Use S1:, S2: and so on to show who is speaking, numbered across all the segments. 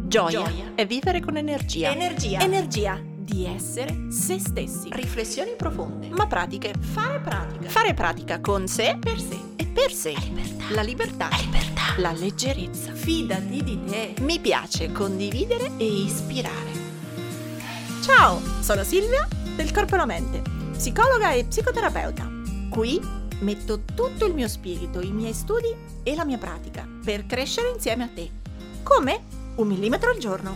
S1: Gioia è vivere con energia.
S2: Energia di essere se stessi.
S1: Riflessioni profonde,
S2: ma pratiche.
S1: Fare pratica con sé,
S2: Per sé.
S1: e per sé.
S2: La libertà.
S1: La leggerezza.
S2: Fidati di te.
S1: Mi piace condividere e ispirare.
S2: Ciao, sono Silvia del Corpo e la Mente, psicologa e psicoterapeuta. Qui metto tutto il mio spirito, i miei studi e la mia pratica per crescere insieme a te. Come? 1 millimetro al giorno.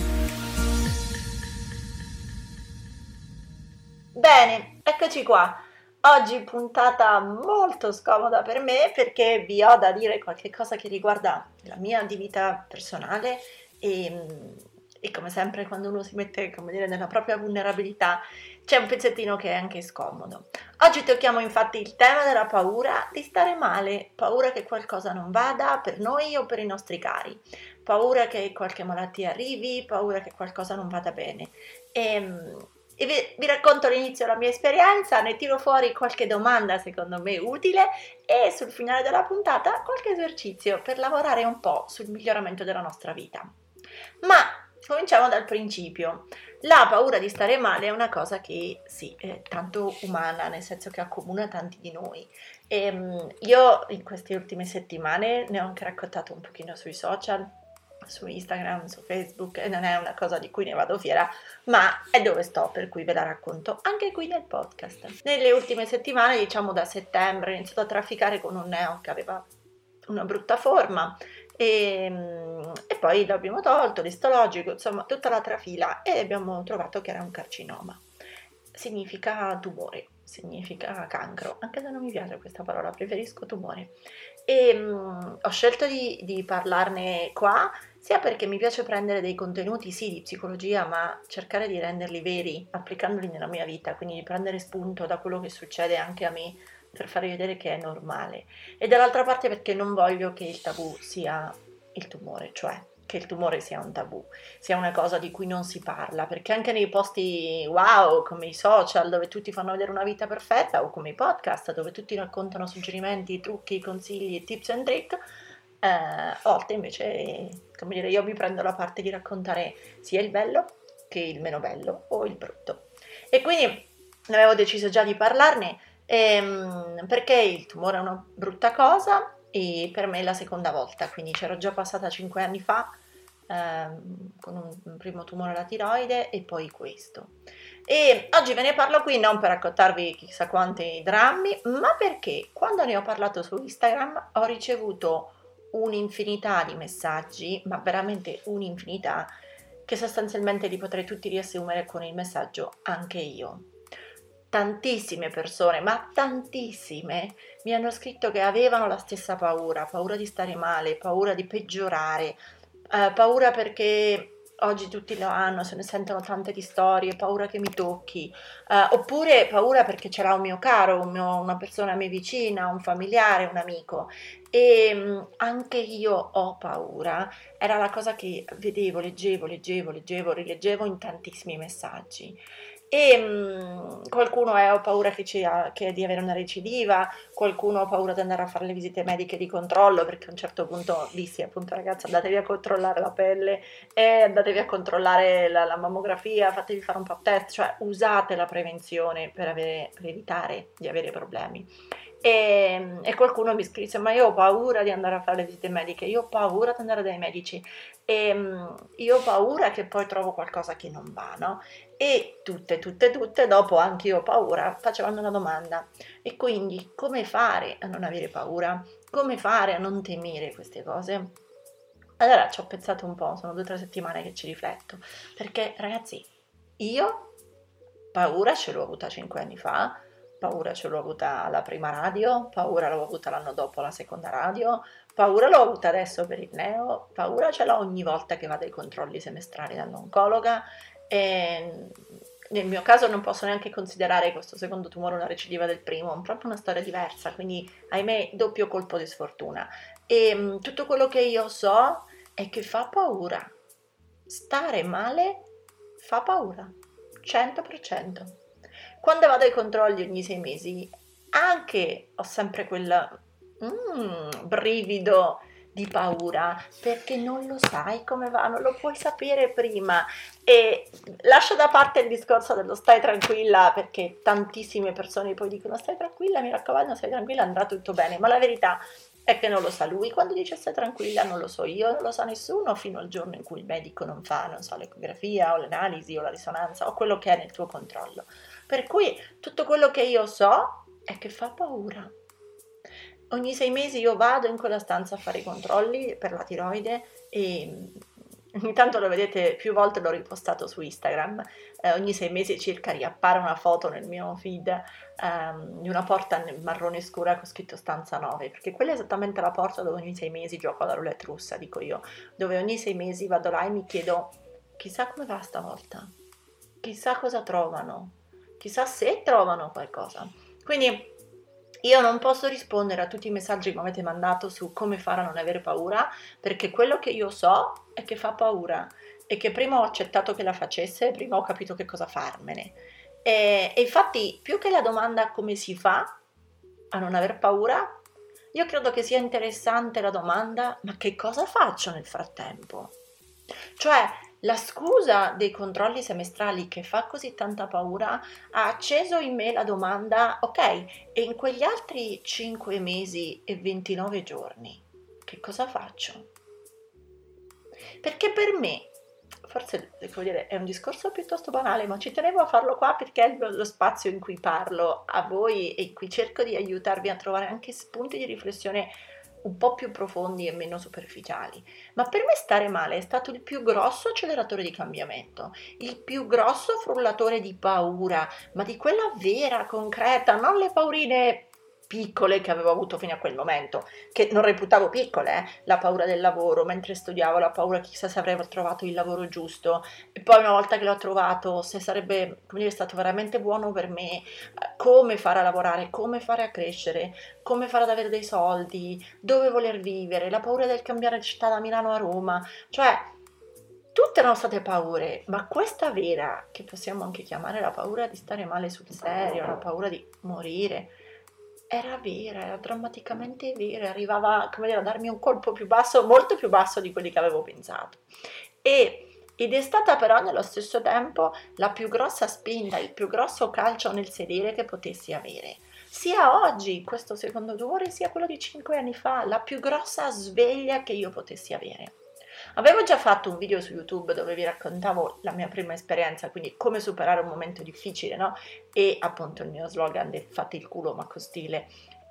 S3: Bene, eccoci qua. Oggi puntata molto scomoda per me perché vi ho da dire qualche cosa che riguarda la mia di vita personale e come sempre quando uno si mette, come dire, nella propria vulnerabilità c'è un pezzettino che è anche scomodo. Oggi tocchiamo infatti il tema della paura di stare male, paura che qualcosa non vada per noi o per i nostri cari, paura che qualche malattia arrivi, paura che qualcosa non vada bene. E vi racconto all'inizio la mia esperienza, ne tiro fuori qualche domanda secondo me utile e sul finale della puntata qualche esercizio per lavorare un po' sul miglioramento della nostra vita. Ma cominciamo dal principio. La paura di stare male è una cosa che sì, è tanto umana, nel senso che accomuna tanti di noi. Io in queste ultime settimane ne ho anche raccontato un pochino sui social, su Instagram, su Facebook, e non è una cosa di cui ne vado fiera, ma è dove sto, per cui ve la racconto anche qui nel podcast. Nelle ultime settimane, diciamo da settembre, ho iniziato a trafficare con un neo che aveva una brutta forma e poi l'abbiamo tolto, l'istologico, insomma tutta la trafila, e abbiamo trovato che era un carcinoma. Significa tumore, significa cancro, anche se non mi piace questa parola, preferisco tumore. Ho scelto di parlarne qua sia perché mi piace prendere dei contenuti sì di psicologia, ma cercare di renderli veri applicandoli nella mia vita, quindi di prendere spunto da quello che succede anche a me per farvi vedere che è normale, e dall'altra parte perché non voglio che il tabù sia il tumore, cioè che il tumore sia un tabù, sia una cosa di cui non si parla, perché anche nei posti wow come i social dove tutti fanno vedere una vita perfetta, o come i podcast dove tutti raccontano suggerimenti, trucchi, consigli, tips and trick, a volte invece, come dire, io mi prendo la parte di raccontare sia il bello che il meno bello o il brutto, e quindi avevo deciso già di parlarne perché il tumore è una brutta cosa e per me è la seconda volta, quindi c'ero già passata 5 anni fa con un primo tumore alla tiroide e poi questo. E oggi ve ne parlo qui non per raccontarvi chissà quanti drammi, ma perché quando ne ho parlato su Instagram ho ricevuto un'infinità di messaggi, ma veramente un'infinità, che sostanzialmente li potrei tutti riassumere con il messaggio anche io. Tantissime persone, ma tantissime, mi hanno scritto che avevano la stessa paura di stare male, paura di peggiorare, paura perché oggi tutti lo hanno, se ne sentono tante di storie, paura che mi tocchi, oppure paura perché ce l'ha un mio caro, una persona a me vicina, un familiare, un amico, e anche io ho paura, era la cosa che vedevo, leggevo, rileggevo in tantissimi messaggi. E qualcuno ho paura che di avere una recidiva, qualcuno ha paura di andare a fare le visite mediche di controllo, perché a un certo punto dissi appunto ragazzi andatevi a controllare la pelle e andatevi a controllare la mammografia, fatevi fare un pap test, cioè usate la prevenzione per evitare di avere problemi. E qualcuno mi scrisse ma io ho paura di andare a fare le visite mediche, io ho paura di andare dai medici, io ho paura che poi trovo qualcosa che non va, no? E tutte, dopo anche io ho paura, facevano una domanda: e quindi come fare a non avere paura? Come fare a non temere queste cose? Allora ci ho pensato un po', sono 2 o 3 settimane che ci rifletto, perché ragazzi, io paura ce l'ho avuta 5 anni fa, paura ce l'ho avuta alla prima radio, paura l'ho avuta l'anno dopo alla seconda radio, paura l'ho avuta adesso per il neo, paura ce l'ho ogni volta che vado ai controlli semestrali dall'oncologa. E nel mio caso non posso neanche considerare questo secondo tumore una recidiva del primo, è proprio una storia diversa, quindi ahimè doppio colpo di sfortuna. E tutto quello che io so è che fa paura, stare male fa paura, 100%. Quando vado ai controlli ogni 6 mesi, anche ho sempre quel brivido di paura perché non lo sai come va, non lo puoi sapere prima. E lascio da parte il discorso dello stai tranquilla, perché tantissime persone poi dicono stai tranquilla, mi raccomando, stai tranquilla, andrà tutto bene, ma la verità è che non lo sa lui. Quando dice stai tranquilla non lo so io, non lo sa nessuno fino al giorno in cui il medico non fa, non so, l'ecografia o l'analisi o la risonanza o quello che è nel tuo controllo. Per cui tutto quello che io so è che fa paura. Ogni 6 mesi io vado in quella stanza a fare i controlli per la tiroide e ogni tanto lo vedete, più volte l'ho ripostato su Instagram, ogni 6 mesi circa riappare una foto nel mio feed di una porta marrone scura con scritto stanza 9, perché quella è esattamente la porta dove ogni 6 mesi gioco alla roulette russa, dico io, dove ogni 6 mesi vado là e mi chiedo chissà come va stavolta, chissà cosa trovano, chissà se trovano qualcosa. Quindi io non posso rispondere a tutti i messaggi che mi avete mandato su come fare a non avere paura, perché quello che io so è che fa paura e che prima ho accettato che la facesse, prima ho capito che cosa farmene. E infatti, più che la domanda come si fa a non aver paura, io credo che sia interessante la domanda ma che cosa faccio nel frattempo? Cioè, la scusa dei controlli semestrali che fa così tanta paura ha acceso in me la domanda, ok, e in quegli altri 5 mesi e 29 giorni, che cosa faccio? Perché per me, forse devo dire, è un discorso piuttosto banale, ma ci tenevo a farlo qua perché è lo spazio in cui parlo a voi e in cui cerco di aiutarvi a trovare anche spunti di riflessione un po' più profondi e meno superficiali. Ma per me stare male è stato il più grosso acceleratore di cambiamento, il più grosso frullatore di paura, ma di quella vera, concreta, non le paurine piccole che avevo avuto fino a quel momento, che non reputavo piccole, la paura del lavoro, mentre studiavo, la paura chissà se avrei trovato il lavoro giusto, e poi una volta che l'ho trovato, se sarebbe, come dire, stato veramente buono per me, come fare a lavorare, come fare a crescere, come fare ad avere dei soldi, dove voler vivere, la paura del cambiare città da Milano a Roma, cioè tutte erano state paure, ma questa vera, che possiamo anche chiamare la paura di stare male sul serio, la paura di morire, era vera, era drammaticamente vera, arrivava, come dire, a darmi un colpo più basso, molto più basso di quelli che avevo pensato. Ed è stata però nello stesso tempo la più grossa spinta, il più grosso calcio nel sedere che potessi avere. Sia oggi, questo secondo dolore, sia quello di 5 anni fa, la più grossa sveglia che io potessi avere. Avevo già fatto un video su YouTube dove vi raccontavo la mia prima esperienza, quindi come superare un momento difficile, no? E appunto il mio slogan del fate il culo ma con stile.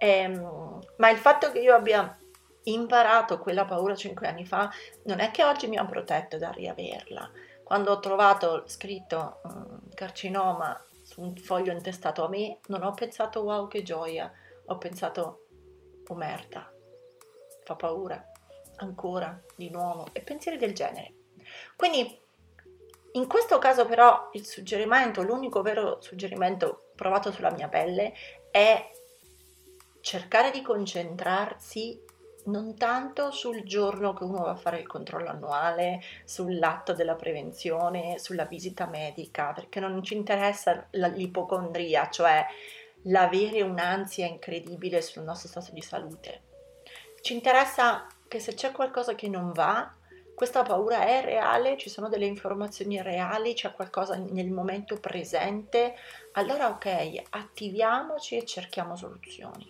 S3: Ma il fatto che io abbia imparato quella paura 5 anni fa non è che oggi mi ha protetto da riaverla. Quando ho trovato scritto carcinoma su un foglio intestato a me, non ho pensato wow che gioia, ho pensato oh merda, fa paura, ancora, di nuovo, e pensieri del genere. Quindi in questo caso però il suggerimento, l'unico vero suggerimento provato sulla mia pelle è cercare di concentrarsi non tanto sul giorno che uno va a fare il controllo annuale, sull'atto della prevenzione, sulla visita medica, perché non ci interessa l'ipocondria, cioè l'avere un'ansia incredibile sul nostro stato di salute. Ci interessa che se c'è qualcosa che non va, questa paura è reale, ci sono delle informazioni reali, c'è qualcosa nel momento presente, allora ok, attiviamoci e cerchiamo soluzioni.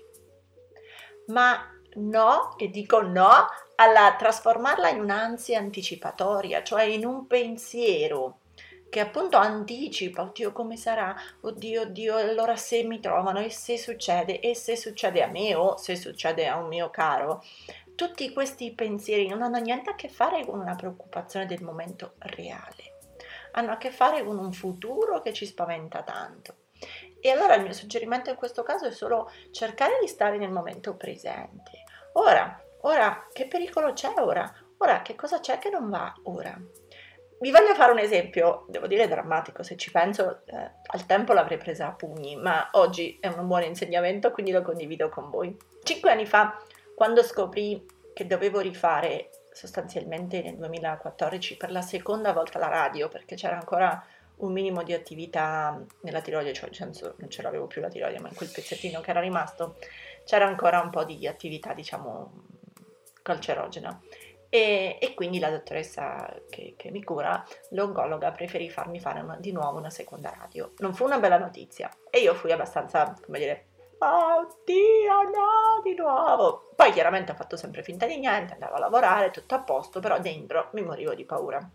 S3: Ma no, e dico no, alla trasformarla in un'ansia anticipatoria, cioè in un pensiero che appunto anticipa, oddio come sarà, oddio, allora se mi trovano e se succede a me o se succede a un mio caro. Tutti questi pensieri non hanno niente a che fare con una preoccupazione del momento reale, hanno a che fare con un futuro che ci spaventa tanto. E allora il mio suggerimento in questo caso è solo cercare di stare nel momento presente. Ora, che pericolo c'è ora? Ora, che cosa c'è che non va ora? Vi voglio fare un esempio, devo dire drammatico, se ci penso, al tempo l'avrei presa a pugni, ma oggi è un buon insegnamento, quindi lo condivido con voi. 5 anni fa, quando scoprì che dovevo rifare sostanzialmente nel 2014 per la seconda volta la radio, perché c'era ancora un minimo di attività nella tiroide, cioè nel senso non ce l'avevo più la tiroide, ma in quel pezzettino che era rimasto c'era ancora un po' di attività, diciamo, cancerogena. E quindi la dottoressa che mi cura, l'oncologa, preferì farmi fare di nuovo una seconda radio. Non fu una bella notizia e io fui abbastanza, come dire, oddio no, di nuovo. Poi chiaramente ho fatto sempre finta di niente, andavo a lavorare, tutto a posto, però dentro mi morivo di paura.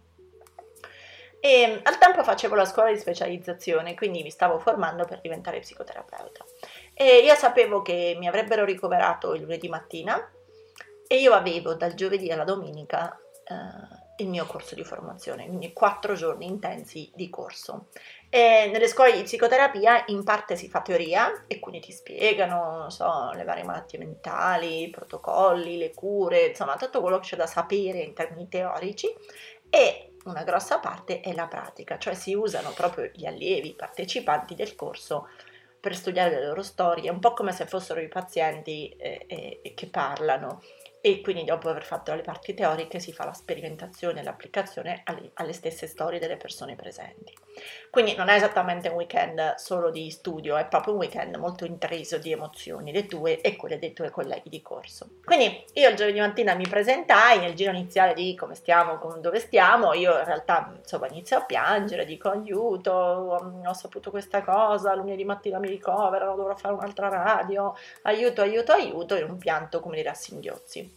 S3: E al tempo facevo la scuola di specializzazione, quindi mi stavo formando per diventare psicoterapeuta. E io sapevo che mi avrebbero ricoverato il lunedì mattina e io avevo dal giovedì alla domenica il mio corso di formazione, quindi 4 giorni intensi di corso. E nelle scuole di psicoterapia in parte si fa teoria e quindi ti spiegano, non so, le varie malattie mentali, i protocolli, le cure, insomma tutto quello che c'è da sapere in termini teorici, e una grossa parte è la pratica, cioè si usano proprio gli allievi, i partecipanti del corso per studiare le loro storie, un po' come se fossero i pazienti che parlano. E quindi dopo aver fatto le parti teoriche si fa la sperimentazione e l'applicazione alle stesse storie delle persone presenti. Quindi non è esattamente un weekend solo di studio, è proprio un weekend molto intriso di emozioni, le tue e quelle dei tuoi colleghi di corso. Quindi io il giovedì mattina mi presentai nel giro iniziale di come stiamo, dove stiamo. Io in realtà insomma inizio a piangere, dico aiuto, ho saputo questa cosa, lunedì mattina mi ricoverano, dovrò fare un'altra radio, aiuto, e un pianto come dire a singhiozzi.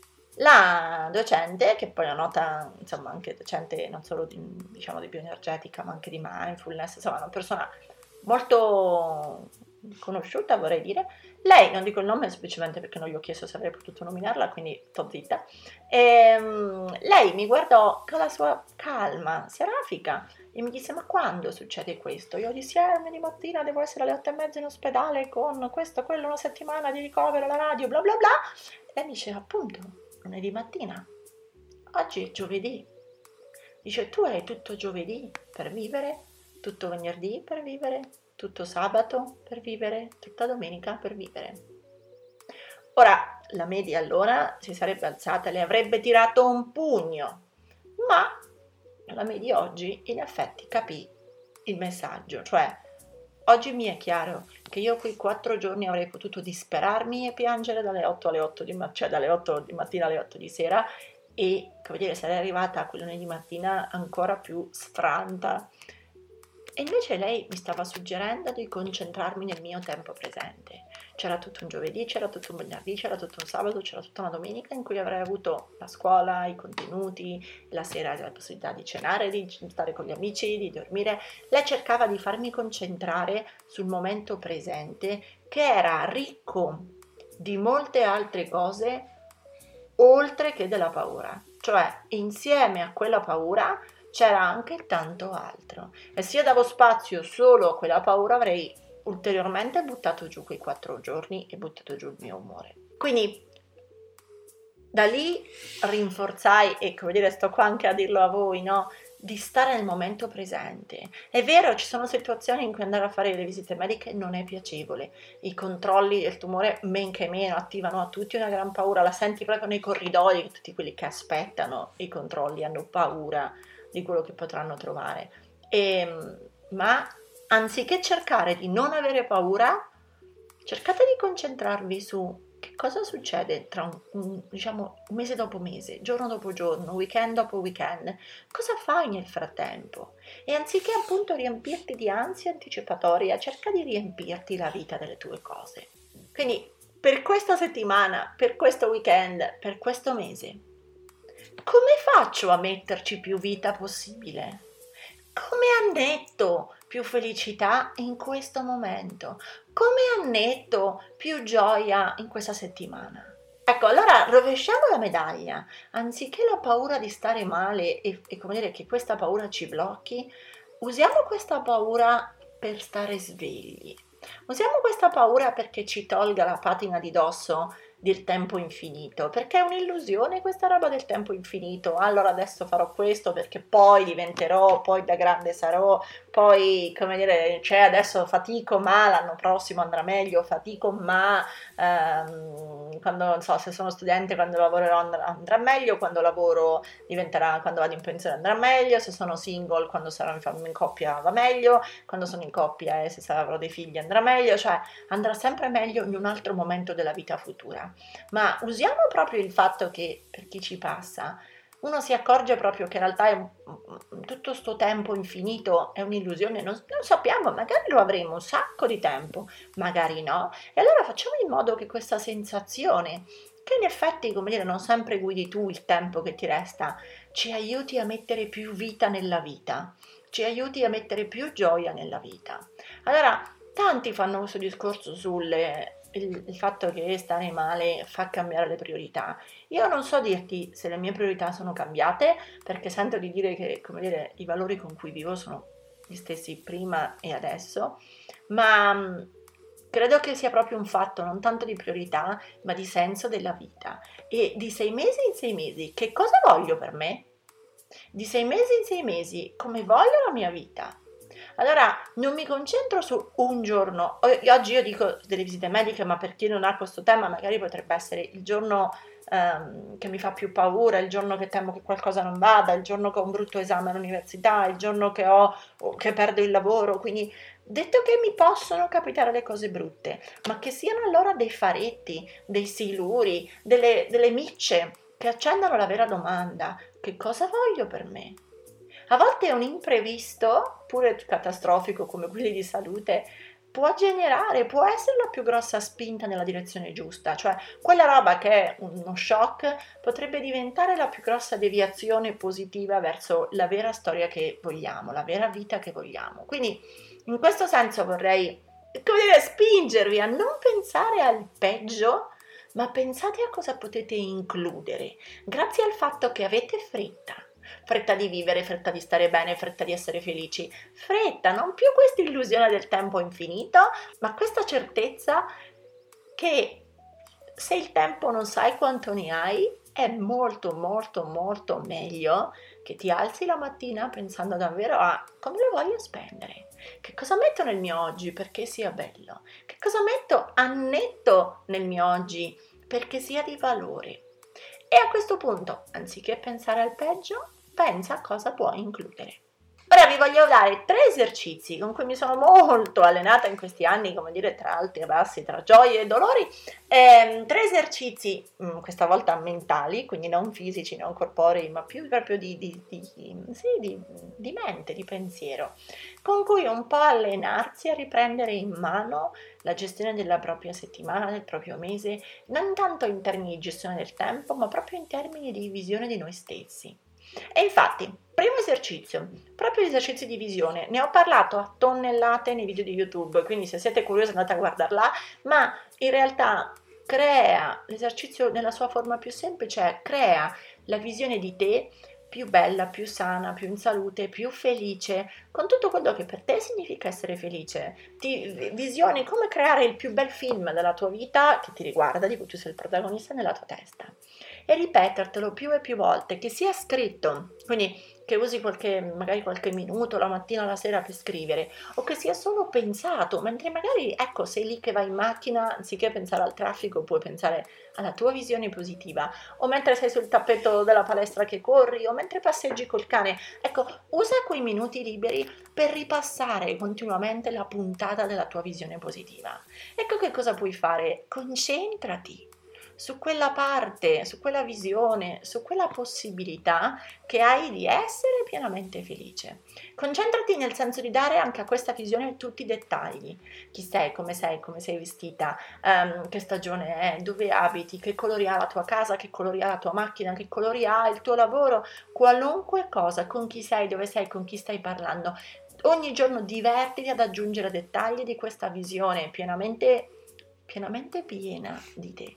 S3: La docente, che poi è una nota, insomma, anche docente non solo di bioenergetica, ma anche di mindfulness, insomma, una persona molto conosciuta, vorrei dire. Lei, non dico il nome semplicemente perché non gli ho chiesto se avrei potuto nominarla, quindi sto zitta. Lei mi guardò con la sua calma serafica e mi disse: ma quando succede questo? Io dissi: lunedì mattina devo essere alle 8:30 in ospedale con questo, quello, una settimana di ricovero alla radio, bla bla bla. E lei mi dice: appunto, lunedì mattina, oggi è giovedì. Dice: tu hai tutto giovedì per vivere, tutto venerdì per vivere, tutto sabato per vivere, tutta domenica per vivere. Ora, la media allora si sarebbe alzata e le avrebbe tirato un pugno, ma la media oggi in effetti capì il messaggio, cioè oggi mi è chiaro che io quei 4 giorni avrei potuto disperarmi e piangere dalle 8 alle 8 dalle 8 di mattina alle 8 di sera, e come dire, sarei arrivata a quel lunedì mattina ancora più sfranta. E invece lei mi stava suggerendo di concentrarmi nel mio tempo presente. C'era tutto un giovedì, c'era tutto un venerdì, c'era tutto un sabato, c'era tutta una domenica in cui avrei avuto la scuola, i contenuti, la sera la possibilità di cenare, di stare con gli amici, di dormire. Lei cercava di farmi concentrare sul momento presente, che era ricco di molte altre cose oltre che della paura. Cioè, insieme a quella paura c'era anche tanto altro, e se io davo spazio solo a quella paura avrei ulteriormente buttato giù quei 4 giorni e buttato giù il mio umore. Quindi da lì rinforzai, e come dire, sto qua anche a dirlo a voi, no? Di stare nel momento presente. È vero, ci sono situazioni in cui andare a fare le visite mediche non è piacevole, i controlli del tumore men che meno attivano a tutti una gran paura, la senti proprio nei corridoi, tutti quelli che aspettano i controlli hanno paura di quello che potranno trovare. Ma anziché cercare di non avere paura, cercate di concentrarvi su che cosa succede tra un mese dopo mese, giorno dopo giorno, weekend dopo weekend, cosa fai nel frattempo? E anziché appunto riempirti di ansia anticipatoria, cerca di riempirti la vita delle tue cose. Quindi per questa settimana, per questo weekend, per questo mese, come faccio a metterci più vita possibile? Come annetto più felicità in questo momento? Come annetto più gioia in questa settimana? Ecco, allora rovesciamo la medaglia. Anziché la paura di stare male e come dire che questa paura ci blocchi, usiamo questa paura per stare svegli. Usiamo questa paura perché ci tolga la patina di dosso del tempo infinito, perché è un'illusione questa roba del tempo infinito. Allora adesso farò questo perché poi diventerò, poi da grande sarò, poi come dire, cioè adesso fatico ma l'anno prossimo andrà meglio, fatico ma quando non so, se sono studente, quando lavorerò andrà meglio, quando lavoro diventerà, quando vado in pensione andrà meglio, se sono single, quando sarò in coppia va meglio, quando sono in coppia e se avrò dei figli andrà meglio, cioè andrà sempre meglio in un altro momento della vita futura. ma usiamo proprio il fatto che per chi ci passa uno si accorge proprio che in realtà tutto sto tempo infinito è un'illusione, non sappiamo, magari lo avremo un sacco di tempo, magari no, e allora facciamo in modo che questa sensazione, che in effetti, come dire, non sempre guidi tu il tempo che ti resta, ci aiuti a mettere più vita nella vita, ci aiuti a mettere più gioia nella vita. Allora, tanti fanno questo discorso il fatto che stare male fa cambiare le priorità. Io non so dirti se le mie priorità sono cambiate, perché sento di dire che, come dire, i valori con cui vivo sono gli stessi prima e adesso, ma credo che sia proprio un fatto non tanto di priorità, ma di senso della vita. E di 6 mesi in 6 mesi, che cosa voglio per me? Di 6 mesi in 6 mesi, come voglio la mia vita? Allora, non mi concentro su un giorno. Oggi io dico delle visite mediche, ma per chi non ha questo tema, magari potrebbe essere il giorno che mi fa più paura, il giorno che temo che qualcosa non vada, il giorno che ho un brutto esame all'università, il giorno che perdo il lavoro. Quindi, detto che mi possono capitare le cose brutte, ma che siano allora dei faretti, dei siluri, delle micce che accendano la vera domanda: che cosa voglio per me? A volte un imprevisto, pure catastrofico come quelli di salute, può essere la più grossa spinta nella direzione giusta, cioè quella roba che è uno shock potrebbe diventare la più grossa deviazione positiva verso la vera storia che vogliamo, la vera vita che vogliamo. Quindi in questo senso vorrei, come dire, spingervi a non pensare al peggio, ma pensate a cosa potete includere, grazie al fatto che avete fretta di vivere, fretta di stare bene, fretta di essere felici, fretta, non più questa illusione del tempo infinito, ma questa certezza che se il tempo non sai quanto ne hai, è molto molto molto meglio che ti alzi la mattina pensando davvero a come lo voglio spendere, che cosa metto nel mio oggi perché sia bello, che cosa metto a netto nel mio oggi perché sia di valore. E a questo punto, anziché pensare al peggio, pensa a cosa puoi includere. Ora vi voglio dare 3 esercizi con cui mi sono molto allenata in questi anni, come dire, tra alti e bassi, tra gioie e dolori. 3 esercizi, questa volta mentali, quindi non fisici, non corporei, ma più proprio di mente, di pensiero, con cui un po' allenarsi a riprendere in mano la gestione della propria settimana, del proprio mese, non tanto in termini di gestione del tempo, ma proprio in termini di visione di noi stessi. E infatti, primo esercizio, proprio gli esercizi di visione, ne ho parlato a tonnellate nei video di YouTube, quindi se siete curiosi andate a guardarla, ma in realtà l'esercizio nella sua forma più semplice, crea la visione di te più bella, più sana, più in salute, più felice, con tutto quello che per te significa essere felice. Ti visioni come creare il più bel film della tua vita che ti riguarda, di cui tu sei il protagonista nella tua testa. E ripetertelo più e più volte, che sia scritto, quindi che usi magari qualche minuto la mattina o la sera per scrivere, o che sia solo pensato, mentre magari, ecco, sei lì che vai in macchina, anziché pensare al traffico, puoi pensare alla tua visione positiva, o mentre sei sul tappeto della palestra che corri, o mentre passeggi col cane. Ecco, usa quei minuti liberi per ripassare continuamente la puntata della tua visione positiva. Ecco che cosa puoi fare: concentrati su quella parte, su quella visione, su quella possibilità che hai di essere pienamente felice. Concentrati nel senso di dare anche a questa visione tutti i dettagli: chi sei, come sei vestita, che stagione è, dove abiti, che colori ha la tua casa, che colori ha la tua macchina, che colori ha il tuo lavoro, qualunque cosa, con chi sei, dove sei, con chi stai parlando. Ogni giorno divertiti ad aggiungere dettagli di questa visione pienamente piena di te.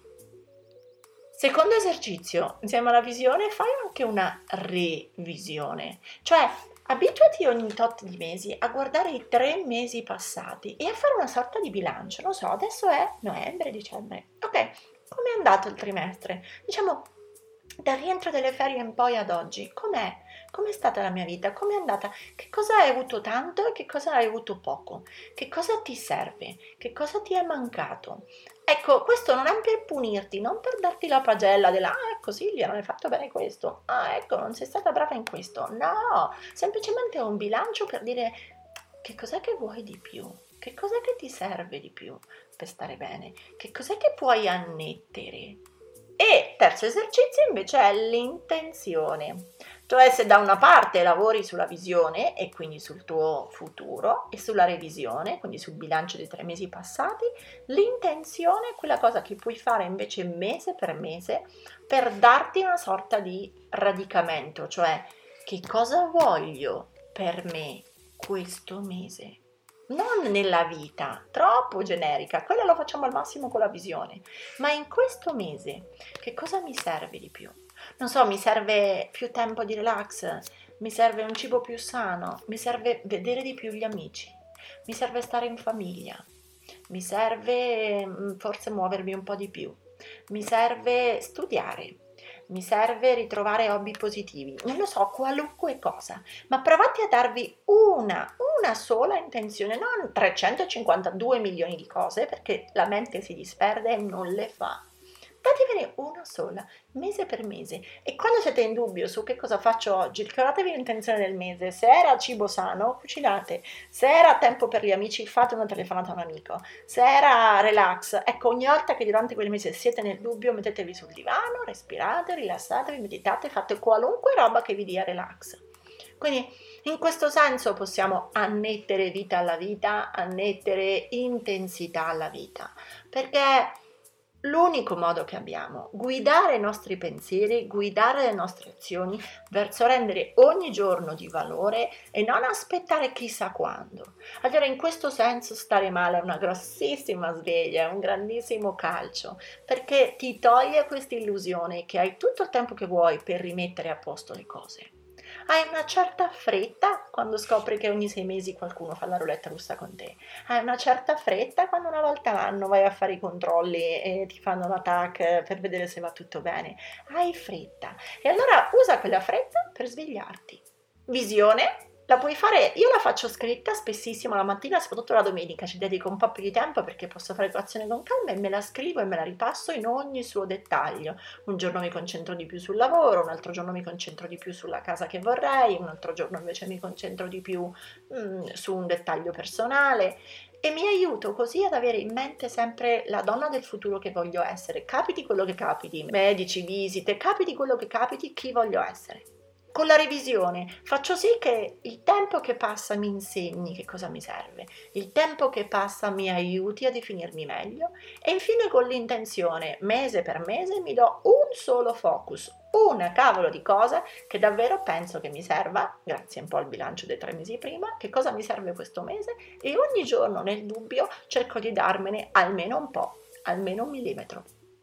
S3: Secondo esercizio, insieme alla visione fai anche una revisione, cioè abituati ogni tot di mesi a guardare i 3 mesi passati e a fare una sorta di bilancio. Non so, adesso è novembre, dicembre. Ok, com'è andato il trimestre? Diciamo, dal rientro delle ferie in poi ad oggi, com'è? Com'è stata la mia vita? Com'è andata? Che cosa hai avuto tanto e che cosa hai avuto poco? Che cosa ti serve? Che cosa ti è mancato? Ecco, questo non è per punirti, non per darti la pagella ecco Silvia, non hai fatto bene questo, ecco, non sei stata brava in questo. No, semplicemente è un bilancio per dire che cos'è che vuoi di più, Che cos'è che ti serve di più per stare bene? Che cos'è che puoi annettere? E terzo esercizio invece è l'intenzione. Cioè, se da una parte lavori sulla visione e quindi sul tuo futuro e sulla revisione, quindi sul bilancio dei 3 mesi passati, l'intenzione è quella cosa che puoi fare invece mese per mese per darti una sorta di radicamento, cioè che cosa voglio per me questo mese? Non nella vita, troppo generica, quella lo facciamo al massimo con la visione, ma in questo mese che cosa mi serve di più? Non so, mi serve più tempo di relax, mi serve un cibo più sano, mi serve vedere di più gli amici, mi serve stare in famiglia, mi serve forse muovermi un po' di più, mi serve studiare, mi serve ritrovare hobby positivi, non lo so, qualunque cosa, ma provate a darvi una sola intenzione, non 352 milioni di cose, perché la mente si disperde e non le fa. Datevene una sola, mese per mese, e quando siete in dubbio su che cosa faccio oggi, ricordatevi l'intenzione del mese. Se era cibo sano, cucinate; se era tempo per gli amici, fate una telefonata a un amico; se era relax, ecco, ogni volta che durante quel mese siete nel dubbio, mettetevi sul divano, respirate, rilassatevi, meditate, fate qualunque roba che vi dia relax. Quindi in questo senso possiamo annettere vita alla vita, annettere intensità alla vita, perché l'unico modo che abbiamo, guidare i nostri pensieri, guidare le nostre azioni verso rendere ogni giorno di valore e non aspettare chissà quando. Allora in questo senso stare male è una grossissima sveglia, è un grandissimo calcio, perché ti toglie questa illusione che hai tutto il tempo che vuoi per rimettere a posto le cose. Hai una certa fretta quando scopri che ogni 6 mesi qualcuno fa la ruletta russa con te. Hai una certa fretta quando una volta l'anno vai a fare i controlli e ti fanno la TAC per vedere se va tutto bene. Hai fretta. E allora usa quella fretta per svegliarti. Visione. La puoi fare, io la faccio scritta spessissimo la mattina, soprattutto la domenica, ci dedico un po' più di tempo perché posso fare colazione con calma e me la scrivo e me la ripasso in ogni suo dettaglio. Un giorno mi concentro di più sul lavoro, un altro giorno mi concentro di più sulla casa che vorrei, un altro giorno invece mi concentro di più su un dettaglio personale. E mi aiuto così ad avere in mente sempre la donna del futuro che voglio essere, capiti quello che capiti, medici, visite, capiti quello che capiti, chi voglio essere. Con la revisione faccio sì che il tempo che passa mi insegni che cosa mi serve, il tempo che passa mi aiuti a definirmi meglio e infine con l'intenzione, mese per mese, mi do un solo focus, una cavolo di cosa che davvero penso che mi serva, grazie un po' al bilancio dei 3 mesi prima, che cosa mi serve questo mese e ogni giorno nel dubbio cerco di darmene almeno un po', almeno 1 millimetro.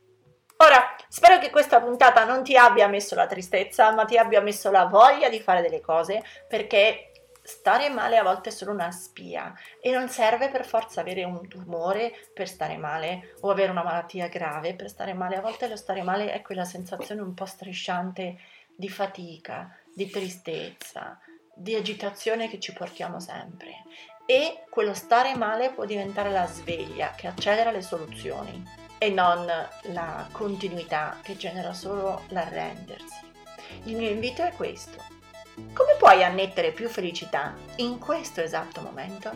S3: Ora, spero che questa puntata non ti abbia messo la tristezza, ma ti abbia messo la voglia di fare delle cose, perché stare male a volte è solo una spia e non serve per forza avere un tumore per stare male o avere una malattia grave per stare male. A volte lo stare male è quella sensazione un po' strisciante di fatica, di tristezza, di agitazione che ci portiamo sempre. E quello stare male può diventare la sveglia che accelera le soluzioni e non la continuità che genera solo l'arrendersi. Il mio invito è questo: come puoi annettere più felicità in questo esatto momento?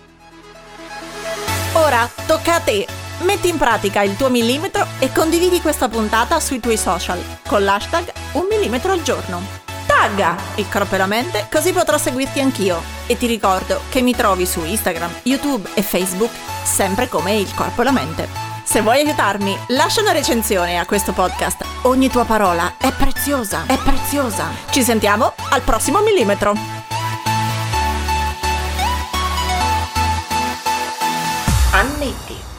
S2: Ora tocca a te! Metti in pratica il tuo millimetro e condividi questa puntata sui tuoi social con l'hashtag 1 millimetro al giorno. Tagga il corpo e la mente, così potrò seguirti anch'io. E ti ricordo che mi trovi su Instagram, YouTube e Facebook sempre come il corpo e la mente. Se vuoi aiutarmi, lascia una recensione a questo podcast. Ogni tua parola è preziosa, è preziosa. Ci sentiamo al prossimo millimetro.
S3: Annetti.